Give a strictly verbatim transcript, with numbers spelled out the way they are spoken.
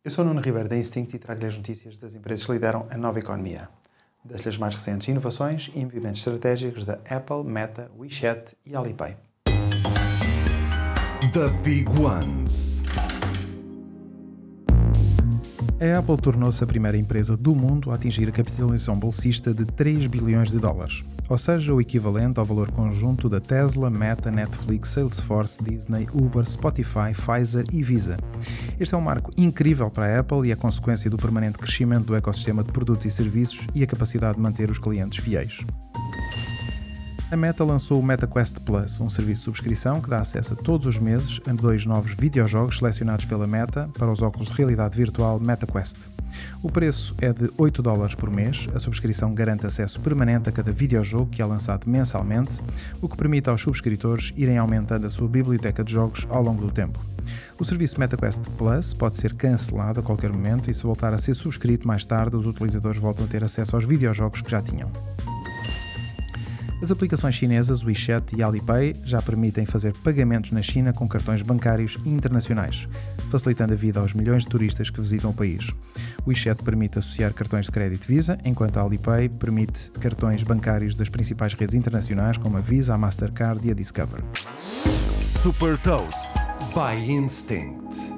Eu sou o Nuno Ribeiro da Instinct e trago-lhe as notícias das empresas que lideram a nova economia. Das mais recentes inovações e movimentos estratégicos da Apple, Meta, WeChat e Alipay. The Big Ones. A Apple tornou-se a primeira empresa do mundo a atingir a capitalização bolsista de três bilhões de dólares, ou seja, o equivalente ao valor conjunto da Tesla, Meta, Netflix, Salesforce, Disney, Uber, Spotify, Pfizer e Visa. Este é um marco incrível para a Apple e é consequência do permanente crescimento do ecossistema de produtos e serviços e a capacidade de manter os clientes fiéis. A Meta lançou o MetaQuest Plus, um serviço de subscrição que dá acesso a todos os meses a dois novos videojogos selecionados pela Meta para os óculos de realidade virtual MetaQuest. O preço é de oito dólares por mês, a subscrição garante acesso permanente a cada videojogo que é lançado mensalmente, o que permite aos subscritores irem aumentando a sua biblioteca de jogos ao longo do tempo. O serviço MetaQuest Plus pode ser cancelado a qualquer momento e, se voltar a ser subscrito mais tarde, os utilizadores voltam a ter acesso aos videojogos que já tinham. As aplicações chinesas WeChat e Alipay já permitem fazer pagamentos na China com cartões bancários internacionais, facilitando a vida aos milhões de turistas que visitam o país. O WeChat permite associar cartões de crédito Visa, enquanto a Alipay permite cartões bancários das principais redes internacionais como a Visa, a Mastercard e a Discover. Super Toast by Instinct.